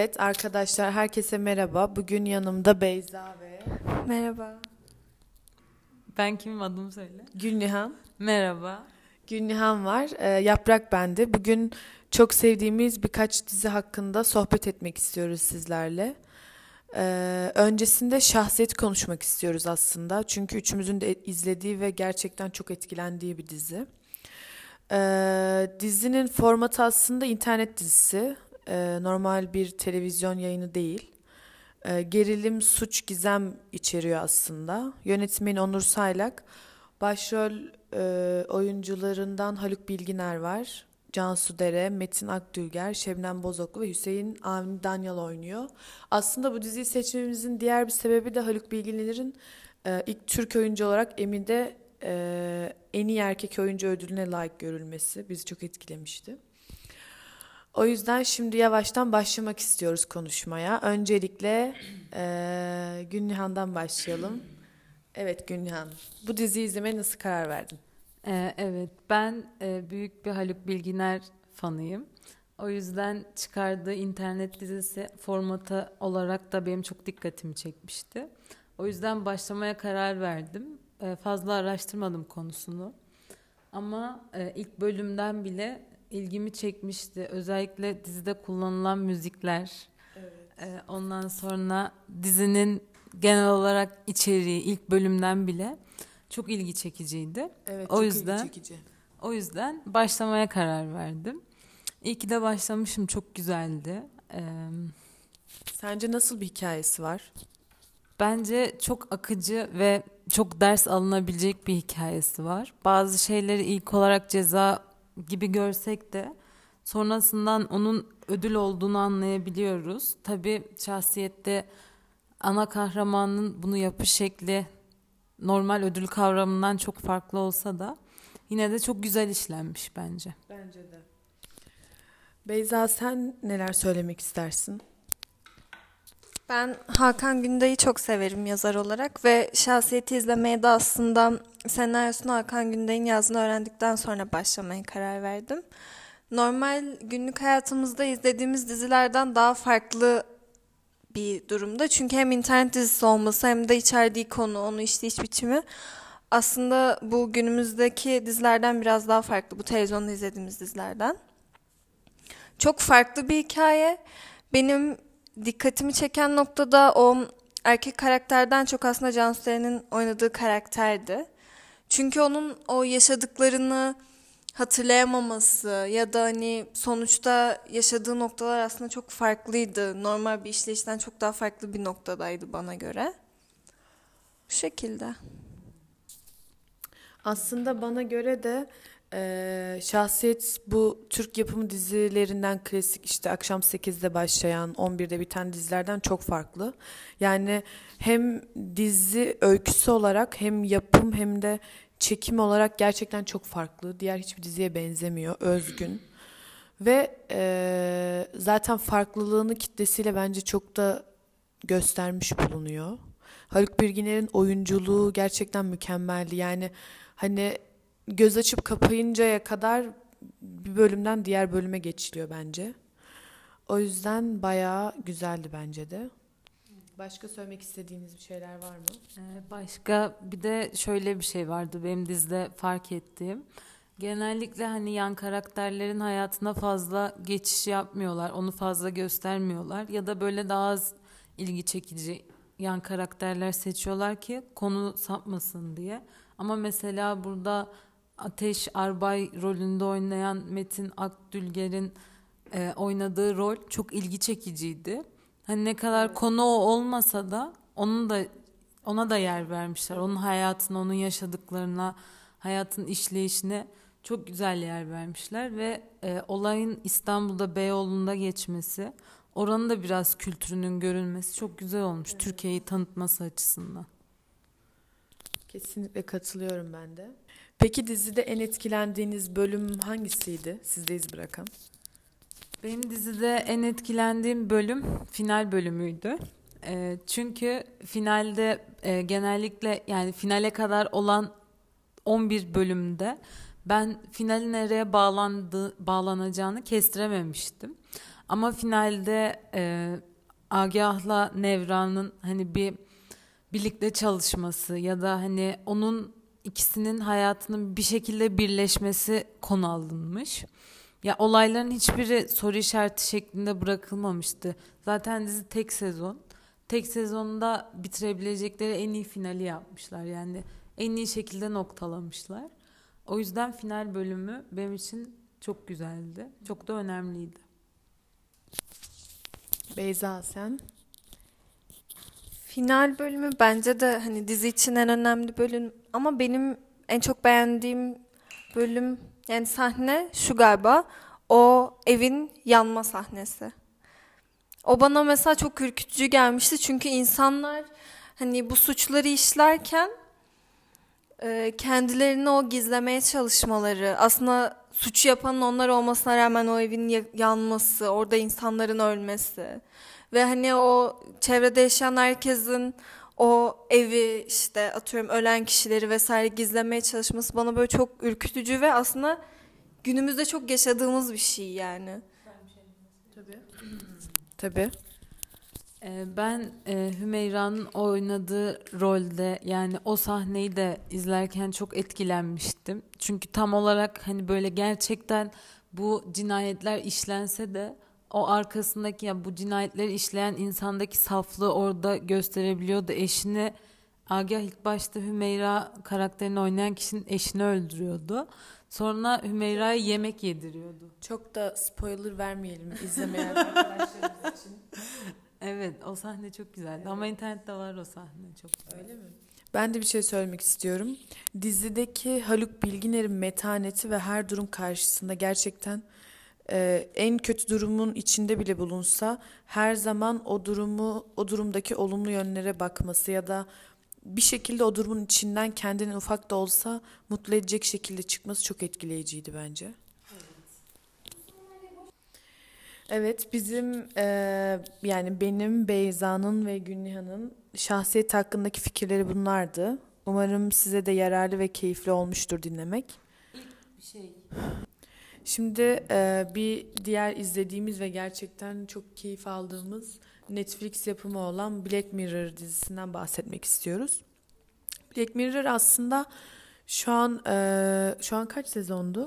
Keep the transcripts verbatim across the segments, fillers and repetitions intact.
Evet arkadaşlar herkese merhaba. Bugün yanımda Beyza ve Merhaba. Ben kimim, adımı söyle. Gülnihan. Merhaba. Gülnihan var. Ee, Yaprak bende. Bugün çok sevdiğimiz birkaç dizi hakkında sohbet etmek istiyoruz sizlerle. Ee, öncesinde Şahsiyet konuşmak istiyoruz aslında. Çünkü üçümüzün de izlediği ve gerçekten çok etkilendiği bir dizi. Ee, dizinin formatı aslında internet dizisi. Ee, normal bir televizyon yayını değil. Ee, gerilim, suç, gizem içeriyor aslında. Yönetmeni Onur Saylak. Başrol e, oyuncularından Haluk Bilginer var. Cansu Dere, Metin Akdülger, Şebnem Bozoklu ve Hüseyin Avni Danyal oynuyor. Aslında bu diziyi seçmemizin diğer bir sebebi de Haluk Bilginer'in e, ilk Türk oyuncu olarak Emmy'de e, en iyi erkek oyuncu ödülüne layık görülmesi bizi çok etkilemişti. O yüzden şimdi yavaştan başlamak istiyoruz konuşmaya. Öncelikle eee Gülnihan'dan başlayalım. Evet Gülnihan, bu diziyi izlemeye nasıl karar verdin? Ee, evet, ben e, büyük bir Haluk Bilginer fanıyım. O yüzden çıkardığı internet dizisi formatı olarak da benim çok dikkatimi çekmişti. O yüzden başlamaya karar verdim. Ee, fazla araştırmadım konusunu. Ama e, ilk bölümden bile ilgimi çekmişti. Özellikle dizide kullanılan müzikler. Ee, ondan sonra dizinin genel olarak içeriği ilk bölümden bile çok ilgi çekiciydi. Evet, O çok yüzden ilgi çekici. o yüzden başlamaya karar verdim. İyi ki de başlamışım. Çok güzeldi. Ee, Sence nasıl bir hikayesi var? Bence çok akıcı ve çok ders alınabilecek bir hikayesi var. Bazı şeyleri ilk olarak ceza gibi görsek de sonrasından onun ödül olduğunu anlayabiliyoruz. Tabii şahsiyette ana kahramanın bunu yapış şekli normal ödül kavramından çok farklı olsa da yine de çok güzel işlenmiş bence. Bence de. Beyza, sen neler söylemek istersin? Ben Hakan Günday'ı çok severim yazar olarak ve Şahsiyet'i izlemeye de aslında senaryosunu Hakan Günday'ın yazdığını öğrendikten sonra başlamaya karar verdim. Normal günlük hayatımızda izlediğimiz dizilerden daha farklı bir durumda. Çünkü hem internet dizisi olması hem de içerdiği konu, onu işleyiş biçimi aslında bu günümüzdeki dizilerden biraz daha farklı. Bu televizyonda izlediğimiz dizilerden. Çok farklı bir hikaye. Benim dikkatimi çeken noktada o erkek karakterden çok aslında Cansu Dere'nin oynadığı karakterdi. Çünkü onun o yaşadıklarını hatırlayamaması ya da hani sonuçta yaşadığı noktalar aslında çok farklıydı. Normal bir işleyişten çok daha farklı bir noktadaydı bana göre. Bu şekilde. Aslında bana göre de eee, Şahsiyet bu Türk yapımı dizilerinden klasik işte akşam sekizde başlayan on birde biten dizilerden çok farklı. Yani hem dizi öyküsü olarak hem yapım hem de çekim olarak gerçekten çok farklı. Diğer hiçbir diziye benzemiyor, özgün. Ve eee, zaten farklılığını kitlesiyle bence çok da göstermiş bulunuyor. Haluk Bilginer'in oyunculuğu gerçekten mükemmeldi. Yani hani göz açıp kapayıncaya kadar bir bölümden diğer bölüme geçiliyor bence. O yüzden bayağı güzeldi bence de. Başka söylemek istediğiniz bir şeyler var mı? Ee, Başka bir de şöyle bir şey vardı benim dizide fark ettiğim. Genellikle hani yan karakterlerin hayatına fazla geçiş yapmıyorlar. Onu fazla göstermiyorlar. Ya da böyle daha az ilgi çekici yan karakterler seçiyorlar ki konu sapmasın diye. Ama mesela burada Ateş Arbay rolünde oynayan Metin Akdülger'in e, oynadığı rol çok ilgi çekiciydi. Hani ne kadar konu o olmasa da onun da ona da yer vermişler. Onun hayatına, onun yaşadıklarına, hayatın işleyişine çok güzel yer vermişler ve e, olayın İstanbul'da Beyoğlu'nda geçmesi, oranın da biraz kültürünün görülmesi çok güzel olmuş Türkiye'yi tanıtması açısından. Kesinlikle katılıyorum ben de. Peki dizide en etkilendiğiniz bölüm hangisiydi sizde iz bırakan? Benim dizide en etkilendiğim bölüm final bölümüydü. Ee, çünkü finalde e, genellikle yani finale kadar olan on bir bölümde ben finalin nereye bağlandı, bağlanacağını kestirememiştim. Ama finalde e, Agah'la Nevra'nın hani bir birlikte çalışması ya da hani onun ikisinin hayatının bir şekilde birleşmesi konu alınmış. Ya olayların hiçbiri soru işareti şeklinde bırakılmamıştı. Zaten dizi tek sezon. Tek sezonda bitirebilecekleri en iyi finali yapmışlar. Yani en iyi şekilde noktalamışlar. O yüzden final bölümü benim için çok güzeldi. Çok da önemliydi. Beyza sen? Final bölümü bence de hani dizi için en önemli bölüm ama benim en çok beğendiğim bölüm yani sahne şu galiba o evin yanma sahnesi. O bana mesela çok ürkütücü gelmişti çünkü insanlar hani bu suçları işlerken e, kendilerini o gizlemeye çalışmaları aslında suçu yapanın onlar olmasına rağmen o evin ya- yanması, orada insanların ölmesi ve hani o çevrede yaşayan herkesin o evi işte atıyorum ölen kişileri vesaire gizlemeye çalışması bana böyle çok ürkütücü ve aslında günümüzde çok yaşadığımız bir şey yani. Tabii. Ee, Ben e, Hümeyra'nın oynadığı rolde yani o sahneyi de izlerken çok etkilenmiştim. Çünkü tam olarak hani böyle gerçekten bu cinayetler işlense de o arkasındaki ya bu cinayetleri işleyen insandaki saflığı orada gösterebiliyordu. Eşini Agah ilk başta Hümeyra karakterini oynayan kişinin eşini öldürüyordu. Sonra Hümeyra'ya yemek yediriyordu. Çok da spoiler vermeyelim izlemeyen arkadaşlarımız için. Evet, o sahne çok güzeldi ama internette var o sahne çok güzel. Öyle mi? Ben de bir şey söylemek istiyorum. Dizideki Haluk Bilginer'in metaneti ve her durum karşısında gerçekten e, en kötü durumun içinde bile bulunsa her zaman o durumu, o durumdaki olumlu yönlere bakması ya da bir şekilde o durumun içinden kendini ufak da olsa mutlu edecek şekilde çıkması çok etkileyiciydi bence. Evet, bizim eee, yani benim, Beyza'nın ve Günnihan'ın şahsiyet hakkındaki fikirleri bunlardı. Umarım size de yararlı ve keyifli olmuştur dinlemek. Bir şey. Şimdi eee, bir diğer izlediğimiz ve gerçekten çok keyif aldığımız Netflix yapımı olan Black Mirror dizisinden bahsetmek istiyoruz. Black Mirror aslında şu an eee, şu an kaç sezondu?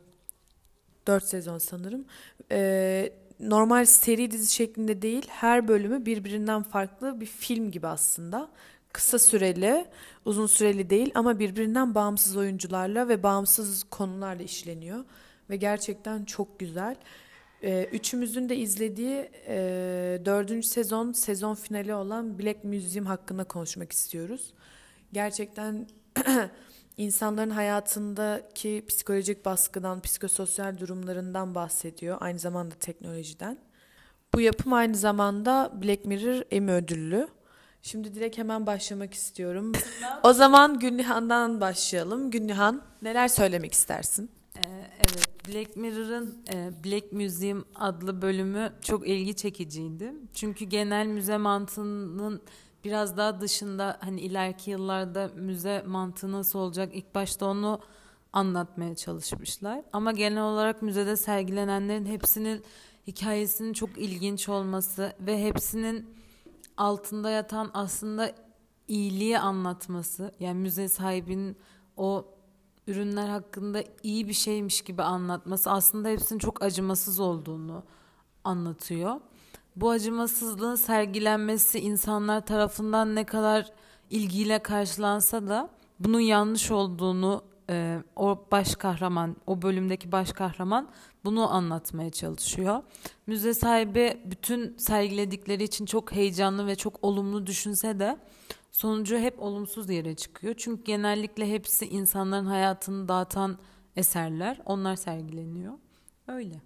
Dört sezon sanırım. Ee, normal seri dizi şeklinde değil, her bölümü birbirinden farklı bir film gibi aslında. Kısa süreli, uzun süreli değil ama birbirinden bağımsız oyuncularla ve bağımsız konularla işleniyor. Ve gerçekten çok güzel. Ee, üçümüzün de izlediği e, dördüncü sezon, sezon finali olan Black Museum hakkında konuşmak istiyoruz. Gerçekten insanların hayatındaki psikolojik baskıdan, psikososyal durumlarından bahsediyor. Aynı zamanda teknolojiden. Bu yapım aynı zamanda Black Mirror Emmy ödüllü. Şimdi direkt hemen başlamak istiyorum. O zaman Günnihan'dan başlayalım. Günnihan, neler söylemek istersin? Ee, evet, Black Mirror'ın e, Black Museum adlı bölümü çok ilgi çekiciydi. Çünkü genel müze mantığının biraz daha dışında hani ileriki yıllarda müze mantığı nasıl olacak ilk başta onu anlatmaya çalışmışlar. Ama genel olarak müzede sergilenenlerin hepsinin hikayesinin çok ilginç olması ve hepsinin altında yatan aslında iyiliği anlatması. Yani müze sahibinin o ürünler hakkında iyi bir şeymiş gibi anlatması aslında hepsinin çok acımasız olduğunu anlatıyor. Bu acımasızlığın sergilenmesi insanlar tarafından ne kadar ilgiyle karşılansa da bunun yanlış olduğunu e, o baş kahraman, o bölümdeki baş kahraman bunu anlatmaya çalışıyor. Müze sahibi bütün sergiledikleri için çok heyecanlı ve çok olumlu düşünse de sonucu hep olumsuz yere çıkıyor. Çünkü genellikle hepsi insanların hayatını dağıtan eserler. Onlar sergileniyor. Öyle.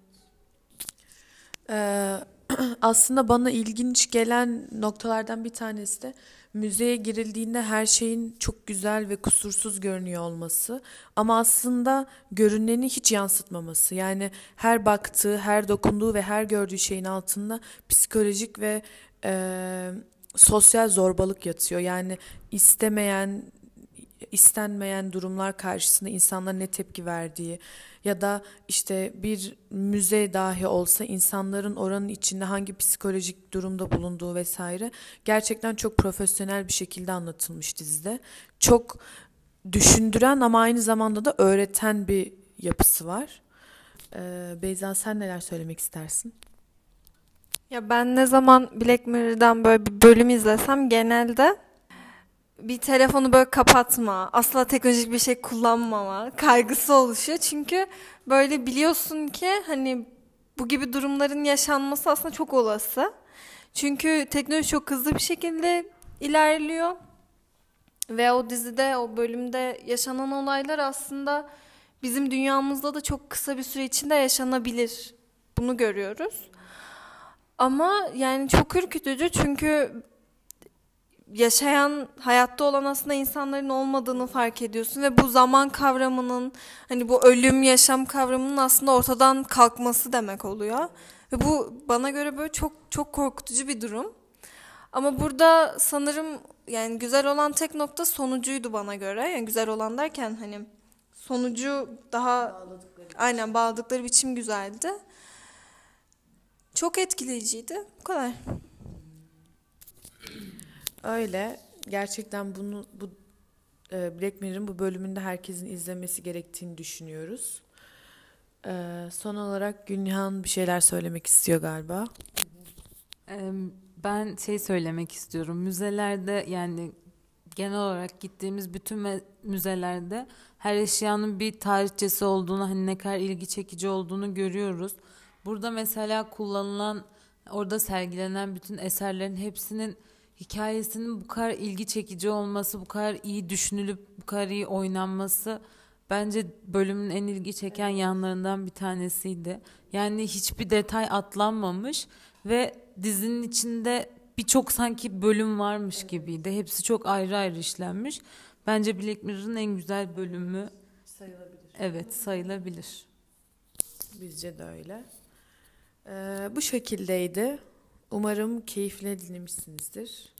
Ee, aslında bana ilginç gelen noktalardan bir tanesi de müzeye girildiğinde her şeyin çok güzel ve kusursuz görünüyor olması ama aslında görüneni hiç yansıtmaması. Yani her baktığı, her dokunduğu ve her gördüğü şeyin altında psikolojik ve e, sosyal zorbalık yatıyor. Yani istemeyen, istenmeyen durumlar karşısında insanların ne tepki verdiği, ya da işte bir müze dahi olsa insanların oranın içinde hangi psikolojik durumda bulunduğu vesaire gerçekten çok profesyonel bir şekilde anlatılmış dizide. Çok düşündüren ama aynı zamanda da öğreten bir yapısı var. Ee, Beyza, sen neler söylemek istersin? Ya ben ne zaman Black Mirror'dan böyle bir bölüm izlesem genelde bir telefonu böyle kapatma, asla teknolojik bir şey kullanmama kaygısı oluşuyor. Çünkü böyle biliyorsun ki hani bu gibi durumların yaşanması aslında çok olası. Çünkü teknoloji çok hızlı bir şekilde ilerliyor ve o dizide, o bölümde yaşanan olaylar aslında bizim dünyamızda da çok kısa bir süre içinde yaşanabilir. Bunu görüyoruz. Ama yani çok ürkütücü çünkü yaşayan, hayatta olan aslında insanların olmadığını fark ediyorsun ve bu zaman kavramının, hani bu ölüm, yaşam kavramının aslında ortadan kalkması demek oluyor. Ve bu bana göre böyle çok çok korkutucu bir durum. Ama burada sanırım yani güzel olan tek nokta sonucuydu bana göre. Yani güzel olan derken hani sonucu daha aynen bağladıkları biçim güzeldi. Çok etkileyiciydi. Bu kadar. Öyle. Gerçekten bunu bu e, Black Mirror'ın bu bölümünde herkesin izlemesi gerektiğini düşünüyoruz. Ee, son olarak Gülnihan bir şeyler söylemek istiyor galiba. Ee, Ben şey söylemek istiyorum. Müzelerde yani genel olarak gittiğimiz bütün me- müzelerde her eşyanın bir tarihçesi olduğunu, hani ne kadar ilgi çekici olduğunu görüyoruz. Burada mesela kullanılan, orada sergilenen bütün eserlerin hepsinin hikayesinin bu kadar ilgi çekici olması, bu kadar iyi düşünülüp bu kadar iyi oynanması bence bölümün en ilgi çeken yanlarından bir tanesiydi. Yani hiçbir detay atlanmamış ve dizinin içinde birçok sanki bölüm varmış gibiydi. Hepsi çok ayrı ayrı işlenmiş. Bence Black Mirror'ın en güzel bölümü, Sayılabilir. evet, sayılabilir. Bizce de öyle. Ee, bu şekildeydi. Umarım keyifle dinlemişsinizdir.